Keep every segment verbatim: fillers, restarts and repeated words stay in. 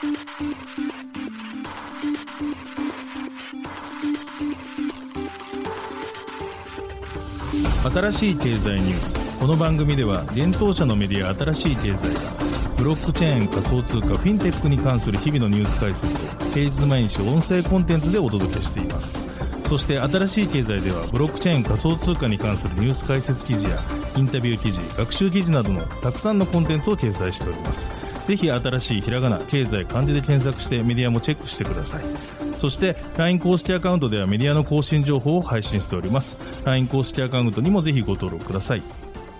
新しい経済ニュース。この番組では現当社のメディア新しい経済がブロックチェーン、仮想通貨、フィンテックに関する日々のニュース解説を平日毎日音声コンテンツでお届けしています。そして新しい経済ではブロックチェーン、仮想通貨に関するニュース解説記事やインタビュー記事、学習記事などのたくさんのコンテンツを掲載しております。ぜひ新しいひらがな、経済、漢字で検索してメディアもチェックしてください。そして ライン 公式アカウントではメディアの更新情報を配信しております。 ライン 公式アカウントにもぜひご登録ください。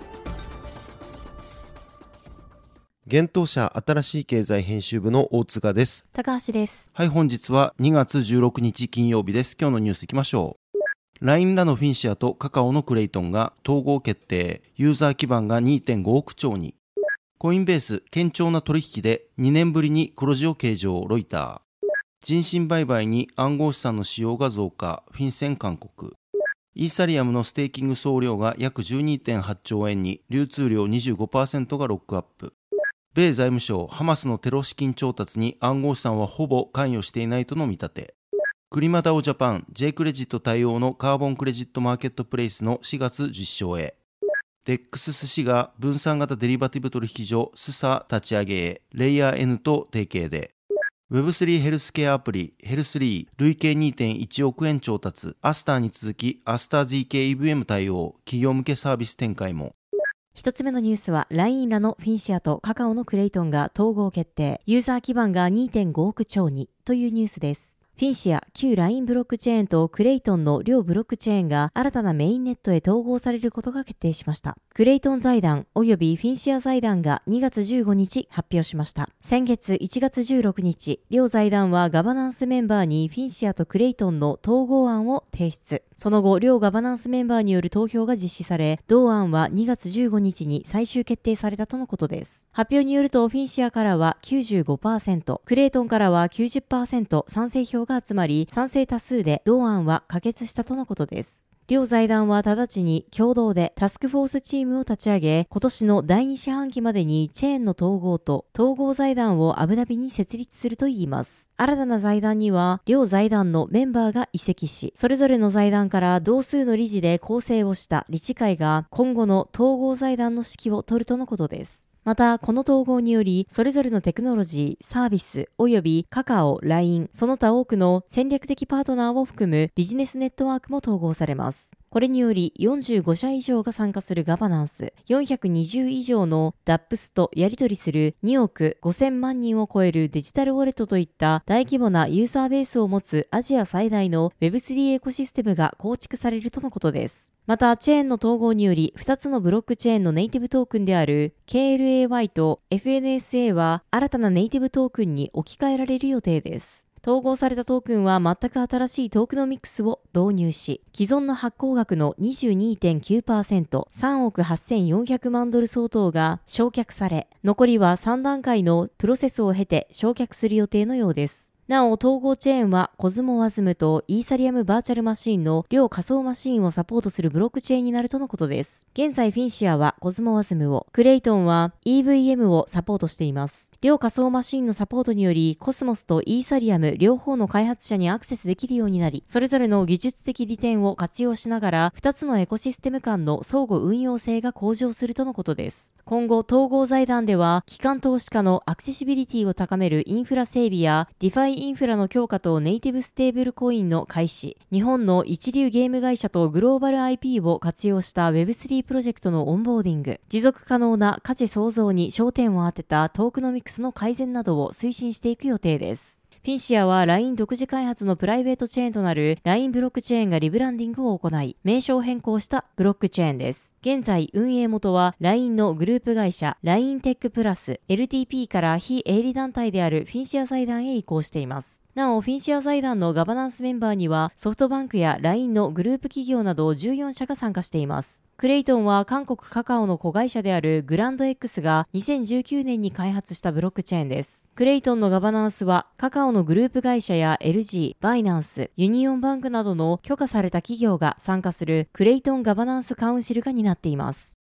現当社新しい経済編集部の大塚です。 高橋です。 はい、本日はにがつじゅうろくにち金曜日です。今日のニュースいきましょう。 ライン らのフィンシアとカカオのクレイトンが統合決定。ユーザー基盤が にてんごおくちょうに。コインベース堅調な取引でにねんぶりに黒字を計上。ロイター。人身売買に暗号資産の使用が増加。フィンセン勧告。イーサリアムのステーキング総量が約 じゅうにてんはちちょうえんに、流通量 にじゅうごパーセント がロックアップ。米財務省、ハマスのテロ資金調達に暗号資産はほぼ関与していないとの見立て。クリマダオジャパン、J クレジット対応のカーボンクレジットマーケットプレイスのしがつ実証へ。デックス 寿司が分散型デリバティブ取引所スサ立ち上げへ、レイヤー N と提携で。ウェブスリー ヘルスケアアプリヘルスリー累計 にてんいちおくえん調達。アスターに続きアスター ゼッケーイーブイエム 対応。企業向けサービス展開も。 一つ目のニュースは ライン らのフィンシアとカカオのクレイトンが統合決定。ユーザー基盤が にてんごおくちょうにというニュースです。フィンシア、旧 ライン ブロックチェーンとクレイトンの両ブロックチェーンが新たなメインネットへ統合されることが決定しました。クレイトン財団及びフィンシア財団がにがつじゅうごにち発表しました。先月いちがつじゅうろくにち、両財団はガバナンスメンバーにフィンシアとクレイトンの統合案を提出。その後、両ガバナンスメンバーによる投票が実施され、同案はにがつじゅうごにちに最終決定されたとのことです。発表によると、フィンシアからは きゅうじゅうごパーセント、クレイトンからは きゅうじゅっパーセント 賛成票が集まり、賛成多数で同案は可決したとのことです。両財団は直ちに共同でタスクフォースチームを立ち上げ、今年のだいに四半期までにチェーンの統合と統合財団をアブダビに設立するといいます。新たな財団には両財団のメンバーが移籍し、それぞれの財団から同数の理事で構成をした理事会が今後の統合財団の指揮を執るとのことです。また、この統合により、それぞれのテクノロジー、サービス、及びカカオ、ライン、その他多くの戦略的パートナーを含むビジネスネットワークも統合されます。これにより、よんじゅうごしゃ以上が参加するガバナンス、よんひゃくにじゅう以上の ダップス とやり取りするにおくごせんまんにんを超えるデジタルウォレットといった大規模なユーザーベースを持つアジア最大の ウェブスリー エコシステムが構築されるとのことです。また、チェーンの統合により、ふたつのブロックチェーンのネイティブトークンである ケーエルエーワイ と エフエヌエスエー は新たなネイティブトークンに置き換えられる予定です。統合されたトークンは全く新しいトークノミクスを導入し、既存の発行額の にじゅうにてんきゅうパーセント、さんおくはっせんよんひゃくまんドル相当が償却され、残りはさんだんかいのプロセスを経て償却する予定のようです。なお、統合チェーンはコズモワズムとイーサリアムバーチャルマシーンの両仮想マシーンをサポートするブロックチェーンになるとのことです。現在フィンシアはコズモワズムを、クレイトンは イーブイエム をサポートしています。両仮想マシーンのサポートにより、コスモスとイーサリアム両方の開発者にアクセスできるようになり、それぞれの技術的利点を活用しながら、ふたつのエコシステム間の相互運用性が向上するとのことです。今後、統合財団では、機関投資家のアクセシビリティを高めるインフラ整備や、ディファイインフラの強化とネイティブステーブルコインの開始、日本の一流ゲーム会社とグローバル アイピー を活用した ウェブスリー プロジェクトのオンボーディング、持続可能な価値創造に焦点を当てたトークノミクスの改善などを推進していく予定です。フィンシアは ライン 独自開発のプライベートチェーンとなる ライン ブロックチェーンがリブランディングを行い、名称変更したブロックチェーンです。現在、運営元は ライン のグループ会社 ライン テックプラス エルティーピー から非営利団体であるフィンシア財団へ移行しています。なお、フィンシア財団のガバナンスメンバーにはソフトバンクや ライン のグループ企業などじゅうよんしゃが参加しています。クレイトンは韓国カカオの子会社であるグランド X がにせんじゅうきゅうねんに開発したブロックチェーンです。クレイトンのガバナンスはカカオのグループ会社や エルジー、バイナンス、ユニオンバンクなどの許可された企業が参加するクレイトンガバナンスカウンシルが担っています。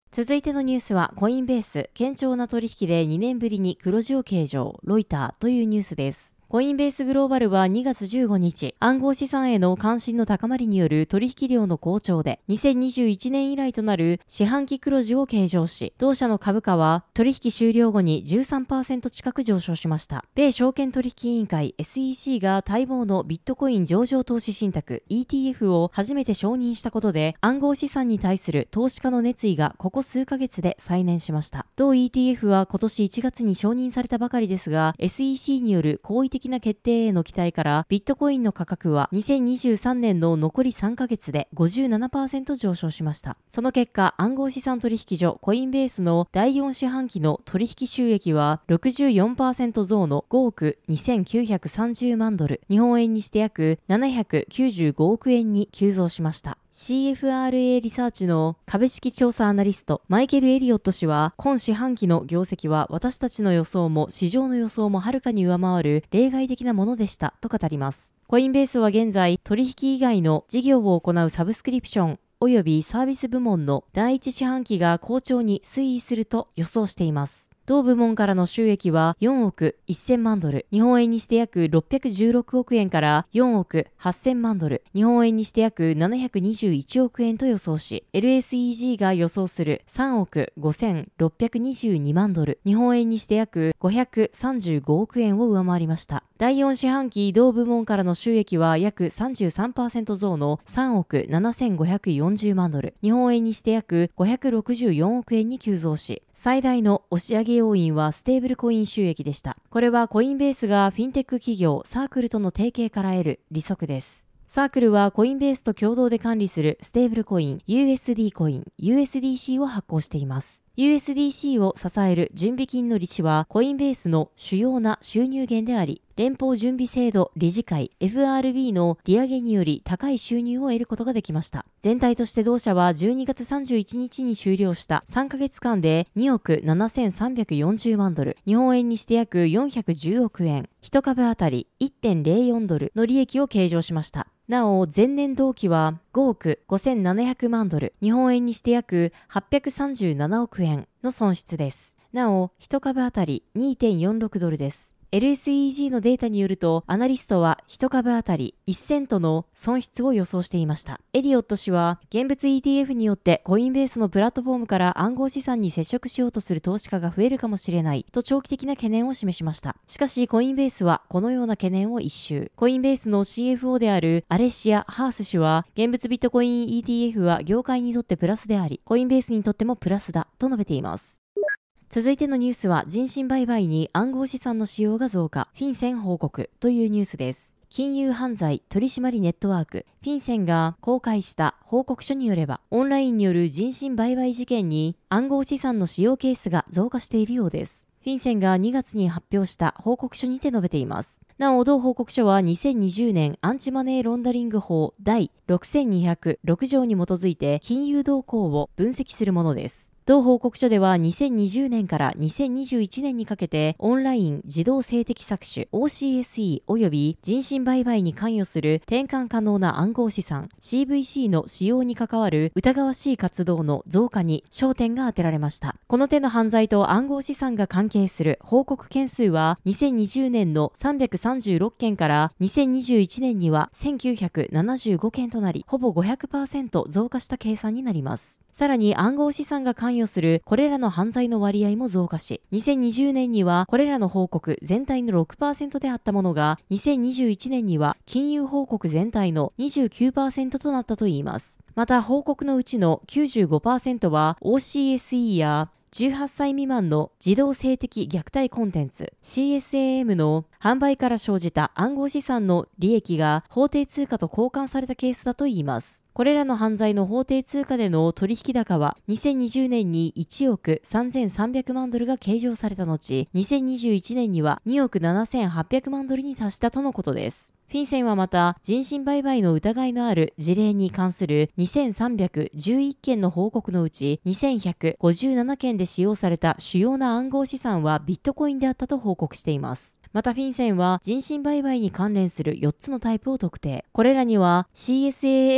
続いてのニュースは、コインベース、堅調な取引でにねんぶりに黒字を計上、ロイターというニュースです。コインベースグローバルはにがつじゅうごにち、暗号資産への関心の高まりによる取引量の好調で、にせんにじゅういちねん以来となる四半期黒字を計上し、同社の株価は取引終了後に じゅうさんパーセント 近く上昇しました。米証券取引委員会 エスイーシー が待望のビットコイン上場投資信託 イーティーエフ を初めて承認したことで、暗号資産に対する投資家の熱意がここ数ヶ月で再燃しました。同 イーティーエフ は今年いちがつに承認されたばかりですが、エスイーシー による好意的な決定への期待からビットコインの価格はにせんにじゅうさんねんの残りさんかげつで ごじゅうななパーセント 上昇しました。その結果、暗号資産取引所コインベースのだいよん四半期の取引収益は ろくじゅうよんパーセント 増のごおくにせんきゅうひゃくさんじゅうまんドル、日本円にして約ななひゃくきゅうじゅうごおくえんに急増しました。シーエフアールエー リサーチの株式調査アナリストマイケル・エリオット氏は、今四半期の業績は私たちの予想も市場の予想もはるかに上回る例外的なものでしたと語ります。コインベースは現在取引以外の事業を行うサブスクリプションおよびサービス部門のだいいち四半期が好調に推移すると予想しています。同部門からの収益はよんおくせんまんドル、日本円にして約ろっぴゃくじゅうろくおくえんからよんおくはっせんまんドル、日本円にして約ななひゃくにじゅういちおくえんと予想し、エルエスイージー が予想するさんおくごせんろっぴゃくにじゅうにまんドル、日本円にして約ごひゃくさんじゅうごおくえんを上回りました。だいよん四半期同部門からの収益は約 さんじゅうさんパーセント 増のさんおくななせんごひゃくよんじゅうまんドル、日本円にして約ごひゃくろくじゅうよんおくえんに急増し、最大の押し上げ要因はステーブルコイン収益でした。これはコインベースがフィンテック企業サークルとの提携から得る利息です。サークルはコインベースと共同で管理するステーブルコイン ユーエスディー コイン ユーエスディーシー を発行しています。ユーエスディーシー を支える準備金の利子はコインベースの主要な収入源であり、連邦準備制度理事会 エフアールビー の利上げにより高い収入を得ることができました。全体として同社はじゅうにがつさんじゅういちにちに終了したさんかげつかんでにおくななせんさんびゃくよんじゅうまんドル、日本円にして約よんひゃくじゅうおくえん、いち株あたり いってんゼロよんドルの利益を計上しました。なお、前年同期はごおくごせんななひゃくまんドル、日本円にして約はっぴゃくさんじゅうななおくえんの損失です。なお、いち株あたり にてんよんろくドルです。エルエスイージー のデータによると、アナリストはいち株あたりいちセントの損失を予想していました。エリオット氏は、現物 イーティーエフ によってコインベースのプラットフォームから暗号資産に接触しようとする投資家が増えるかもしれないと長期的な懸念を示しました。しかし、コインベースはこのような懸念を一蹴。コインベースの シーエフオー であるアレシア・ハース氏は、現物ビットコイン イーティーエフ は業界にとってプラスであり、コインベースにとってもプラスだと述べています。続いてのニュースは、人身売買に暗号資産の使用が増加、フィンセン報告というニュースです。金融犯罪取締ネットワークフィンセンが公開した報告書によれば、オンラインによる人身売買事件に暗号資産の使用ケースが増加しているようです。フィンセンがにがつに発表した報告書にて述べています。なお、同報告書はにせんにじゅうねんアンチマネーロンダリング法だいろくせんにひゃくろくじょうに基づいて金融動向を分析するものです。同報告書ではにせんにじゅうねんからにせんにじゅういちねんにかけてオンライン自動性的搾取 オーシーエスイー 及び人身売買に関与する転換可能な暗号資産 シーブイシー の使用に関わる疑わしい活動の増加に焦点が当てられました。この手の犯罪と暗号資産が関係する報告件数はにせんにじゅうねんのさんびゃくさんじゅうろっけんからにせんにじゅういちねんにはせんきゅうひゃくななじゅうごけんとなり、ほぼ ごひゃくパーセント 増加した計算になります。さらに暗号資産が関与するこれらの犯罪の割合も増加し、にせんにじゅうねんにはこれらの報告全体の ろくパーセント であったものが、にせんにじゅういちねんには金融報告全体の にじゅうきゅうパーセント となったといいます。また報告のうちの きゅうじゅうごパーセント は オーシーエスイー やじゅうはっさい未満の児童性的虐待コンテンツ シーエスエーエム の販売から生じた暗号資産の利益が法定通貨と交換されたケースだといいます。これらの犯罪の法定通貨での取引高はにせんにじゅうねんにいちおくさんぜんさんびゃくまんドルが計上された後、にせんにじゅういちねんにはにおくななせんはっぴゃくまんドルに達したとのことです。フィンセンはまた人身売買の疑いのある事例に関するにせんさんびゃくじゅういっけんの報告のうちにせんひゃくごじゅうななけんで使用された主要な暗号資産はビットコインであったと報告しています。またフィンセンは人身売買に関連するよっつのタイプを特定。これらには シーエスエーエム を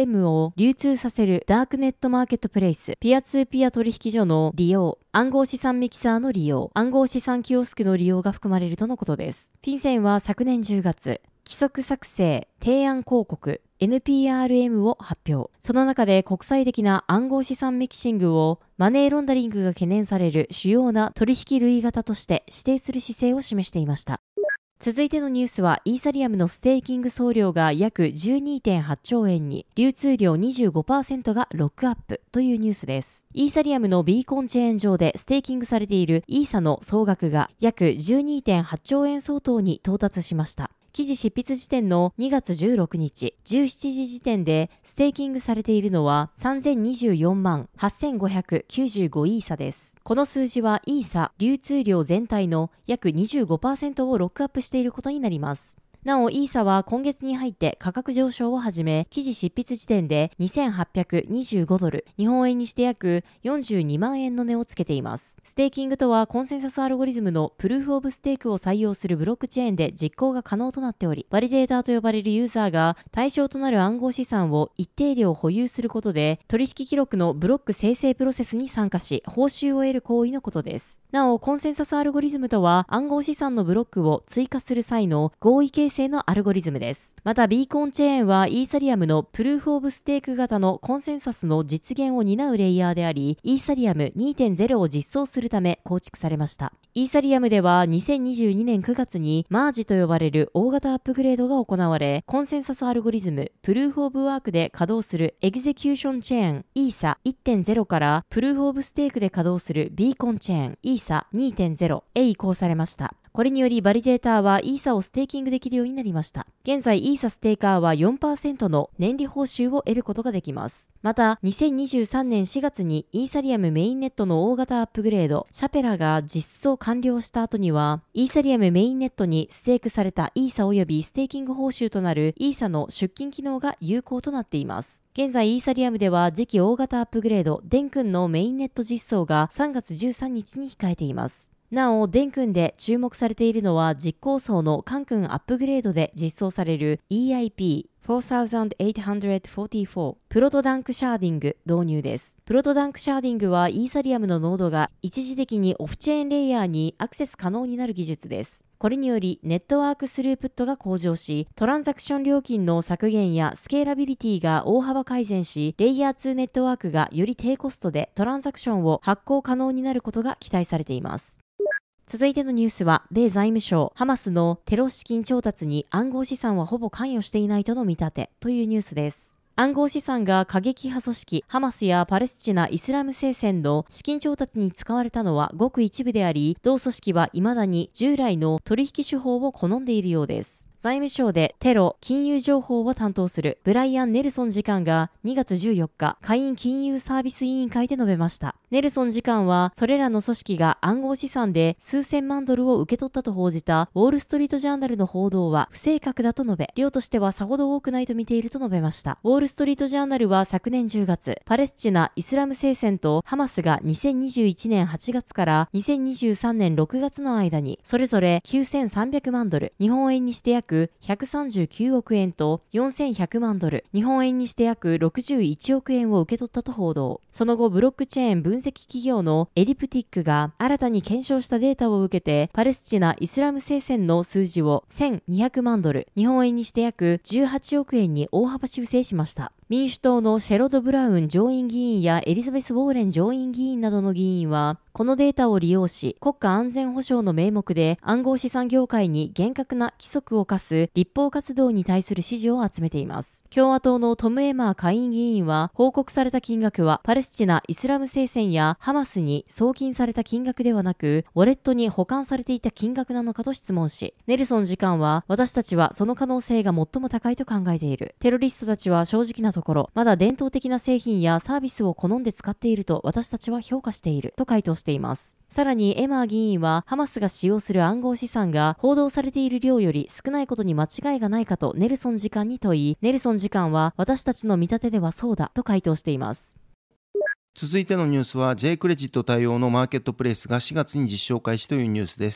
を流通させるダークネットマーケットプレイス、ピアツーピア取引所の利用、暗号資産ミキサーの利用、暗号資産キオスクの利用が含まれるとのことです。フィンセンは昨年じゅうがつ、規則作成、提案広告、エヌピーアールエム を発表。その中で国際的な暗号資産ミキシングをマネーロンダリングが懸念される主要な取引類型として指定する姿勢を示していました。続いてのニュースは、イーサリアムのステーキング総量が約 じゅうにてんはちちょうえんに、流通量 にじゅうごパーセント がロックアップというニュースです。イーサリアムのビーコンチェーン上でステーキングされているイーサの総額が約 じゅうにてんはちちょうえん相当に到達しました。記事執筆時点のにがつじゅうろくにち、じゅうしちじ時点でステーキングされているのはさんぜんにじゅうよんまんはっせんごひゃくきゅうじゅうごイーサです。この数字はイーサ流通量全体の約 にじゅうごパーセント をロックアップしていることになります。なお、イーサは今月に入って価格上昇を始め、記事執筆時点でにせんはっぴゃくにじゅうごドル、日本円にして約よんじゅうにまんえんの値をつけています。ステーキングとはコンセンサスアルゴリズムのプルーフオブステークを採用するブロックチェーンで実行が可能となっており、バリデーターと呼ばれるユーザーが対象となる暗号資産を一定量保有することで、取引記録のブロック生成プロセスに参加し、報酬を得る行為のことです。なお、コンセンサスアルゴリズムとは暗号資産のブロックを追加する際の合意形成のアルゴリズムです。また、ビーコンチェーンはイーサリアムのプルーフオブステーク型のコンセンサスの実現を担うレイヤーであり、イーサリアム にてんゼロ を実装するため構築されました。イーサリアムではにせんにじゅうにねんくがつにマージと呼ばれる大型アップグレードが行われ、コンセンサスアルゴリズムプルーフオブワークで稼働するエグゼキューションチェーン イーサいってんゼロ からプルーフオブステークで稼働するビーコンチェーン イーサにてんゼロ へ移行されました。これによりバリデーターはイーサをステーキングできるようになりました。現在イーサステーカーは よんパーセント の年利報酬を得ることができます。また、にせんにじゅうさんねんしがつにイーサリアムメインネットの大型アップグレード、シャペラが実装完了した後には、イーサリアムメインネットにステークされたイーサ及びステーキング報酬となるイーサの出金機能が有効となっています。現在イーサリアムでは次期大型アップグレード、デン君のメインネット実装がさんがつじゅうさんにちに控えています。なお、デン君で注目されているのは実行層のカン君アップグレードで実装される イーアイピーよんはちよんよんプロトダンクシャーディング導入です。プロトダンクシャーディングはイーサリアムのノードが一時的にオフチェーンレイヤーにアクセス可能になる技術です。これによりネットワークスループットが向上し、トランザクション料金の削減やスケーラビリティが大幅改善し、レイヤーツーネットワークがより低コストでトランザクションを発行可能になることが期待されています。続いてのニュースは、米財務省、ハマスのテロ資金調達に暗号資産はほぼ関与していないとの見立てというニュースです。暗号資産が過激派組織ハマスやパレスチナ・イスラム聖戦の資金調達に使われたのはごく一部であり、同組織は未だに従来の取引手法を好んでいるようです。財務省でテロ・金融情報を担当するブライアン・ネルソン次官がにがつじゅうよっか、下院金融サービス委員会で述べました。ネルソン次官は、それらの組織が暗号資産で数千万ドルを受け取ったと報じたウォールストリートジャーナルの報道は不正確だと述べ、量としてはさほど多くないと見ていると述べました。ウォールストリートジャーナルは昨年じゅうがつ、パレスチナ・イスラム聖戦とハマスがにせんにじゅういちねんはちがつからにせんにじゅうさんねんろくがつの間に、それぞれきゅうせんさんびゃくまんドル、日本円にして約ひゃくさんじゅうきゅうおくえんとよんせんひゃくまんドル、日本円にして約ろくじゅういちおくえんを受け取ったと報道。その後、ブロックチェーン分析企業のエリプティックが新たに検証したデータを受けて、パレスチナ・イスラム聖戦の数字をせんにひゃくまんドル、日本円にして約じゅうはちおくえんに大幅修正しました。民主党のシェロド・ブラウン上院議員やエリザベス・ウォーレン上院議員などの議員は、このデータを利用し、国家安全保障の名目で暗号資産業界に厳格な規則を課す立法活動に対する支持を集めています。共和党のトム・エマー下院議員は、報告された金額はパレスチナ・イスラム聖戦やハマスに送金された金額ではなく、ウォレットに保管されていた金額なのかと質問し、ネルソン次官は、私たちはその可能性が最も高いと考えている。テロリストたちは正直なところ、まだ伝統的な製品やサービスを好んで使っていると私たちは評価していると回答しています。さらにエマー議員は、ハマスが使用する暗号資産が報道されている量より少ないことに間違いがないかとネルソン次官に問い、ネルソン次官は私たちの見立てではそうだと回答しています。 続いてのニュースは J クレジット対応のマーケットプレイスがしがつに実証開始というニュースです。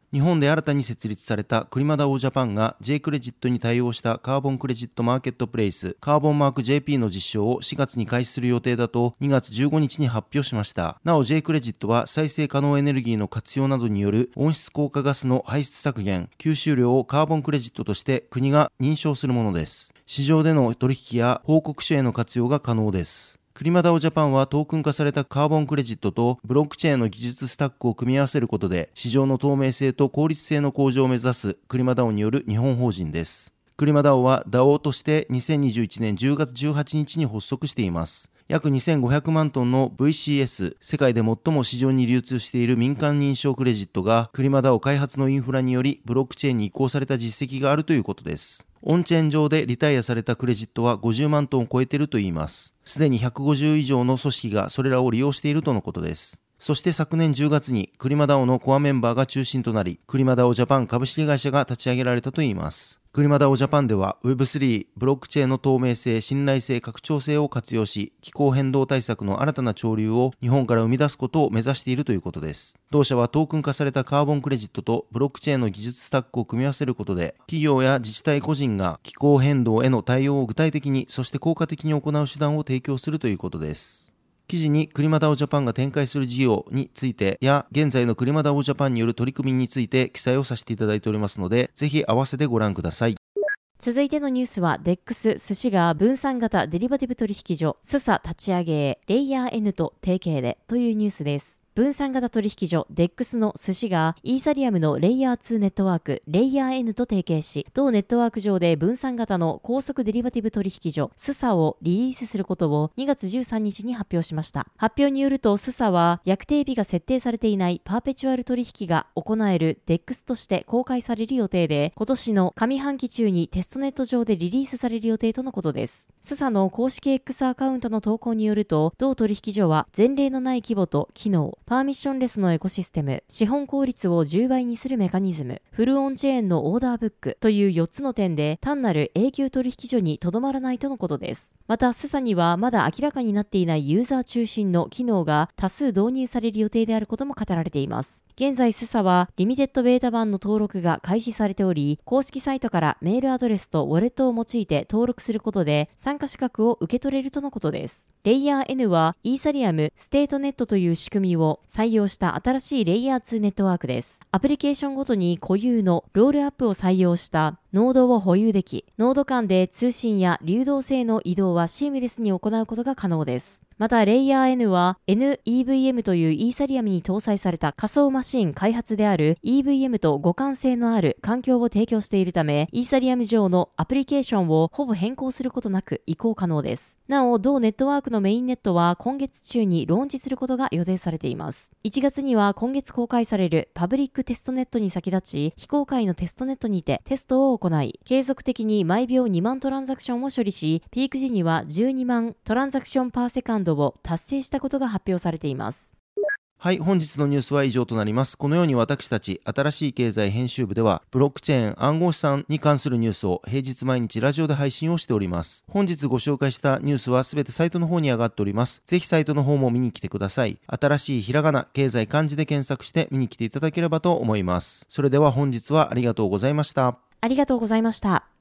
日本で新たに設立されたクリマダオジャパンが J クレジットに対応したカーボンクレジットマーケットプレイスカーボンマーク ジェーピー の実証をしがつに開始する予定だとにがつじゅうごにちに発表しました。なお J クレジットは再生可能エネルギーの活用などによる温室効果ガスの排出削減、吸収量をカーボンクレジットとして国が認証するものです。市場での取引や報告書への活用が可能です。クリマダオジャパンはトークン化されたカーボンクレジットとブロックチェーンの技術スタックを組み合わせることで市場の透明性と効率性の向上を目指すクリマダオによる日本法人です。クリマダオは ダオ としてにせんにじゅういちねんじゅうがつじゅうはちにちに発足しています。約にせんごひゃくまんトンの ブイシーエス、世界で最も市場に流通している民間認証クレジットがクリマダオ開発のインフラによりブロックチェーンに移行された実績があるということです。オンチェーン上でリタイアされたクレジットはごじゅうまんトンを超えているといいます。すでにひゃくごじゅう以上の組織がそれらを利用しているとのことです。そして昨年じゅうがつにクリマダオのコアメンバーが中心となり、クリマダオジャパン株式会社が立ち上げられたといいます。クリマダオジャパンでは ウェブスリー、ブロックチェーンの透明性、信頼性、拡張性を活用し、気候変動対策の新たな潮流を日本から生み出すことを目指しているということです。同社はトークン化されたカーボンクレジットとブロックチェーンの技術スタックを組み合わせることで、企業や自治体個人が気候変動への対応を具体的に、そして効果的に行う手段を提供するということです。記事にクリマダオジャパンが展開する事業についてや現在のクリマダオジャパンによる取り組みについて記載をさせていただいておりますので、ぜひ合わせてご覧ください。 続いてのニュースは デックス 寿司が分散型デリバティブ取引所スサ立ち上げへレイヤー N と提携でというニュースです。分散型取引所 デックス の寿司がイーサリアムのレイヤーツーネットワークレイヤー N と提携し、同ネットワーク上で分散型の高速デリバティブ取引所スサをリリースすることをにがつじゅうさんにちに発表しました。発表によるとスサは約定日が設定されていないパーペチュアル取引が行える デックス として公開される予定で、今年の上半期中にテストネット上でリリースされる予定とのことです。スサの公式 X アカウントの投稿によると、同取引所は前例のない規模と機能、パーミッションレスのエコシステム、資本効率をじゅうばいにするメカニズム、フルオンチェーンのオーダーブックというよっつの点で単なる永久取引所にとどまらないとのことです。またスサにはまだ明らかになっていないユーザー中心の機能が多数導入される予定であることも語られています。現在スサはリミテッドベータ版の登録が開始されており、公式サイトからメールアドレスとウォレットを用いて登録することで参加資格を受け取れるとのことです。レイヤー N はイーサリアムステートネットという仕組みを採用した新しいレイヤーツーネットワークです。アプリケーションごとに固有のロールアップを採用したノードを保有でき、ノード間で通信や流動性の移動はシームレスに行うことが可能です。また、レイヤー N は エヌイーブイエム というイーサリアムに搭載された仮想マシン開発である イーブイエム と互換性のある環境を提供しているため、イーサリアム上のアプリケーションをほぼ変更することなく移行可能です。なお、同ネットワークのメインネットは今月中にローンチすることが予定されています。いちがつには今月公開されるパブリックテストネットに先立ち、非公開のテストネットにてテストを行い、継続的に毎秒にまんトランザクションを処理し、ピーク時にはじゅうにまんトランザクションパーセカンドを達成したことが発表されています。 はい、本日のニュースは以上となります。このように私たち新しい経済編集部ではブロックチェーン暗号資産に関するニュースを平日毎日ラジオで配信をしております。本日ご紹介したニュースはすべてサイトの方に上がっております。ぜひサイトの方も見に来てください。新しいひらがな経済漢字で検索して見に来ていただければと思います。それでは本日はありがとうございました。 ありがとうございました。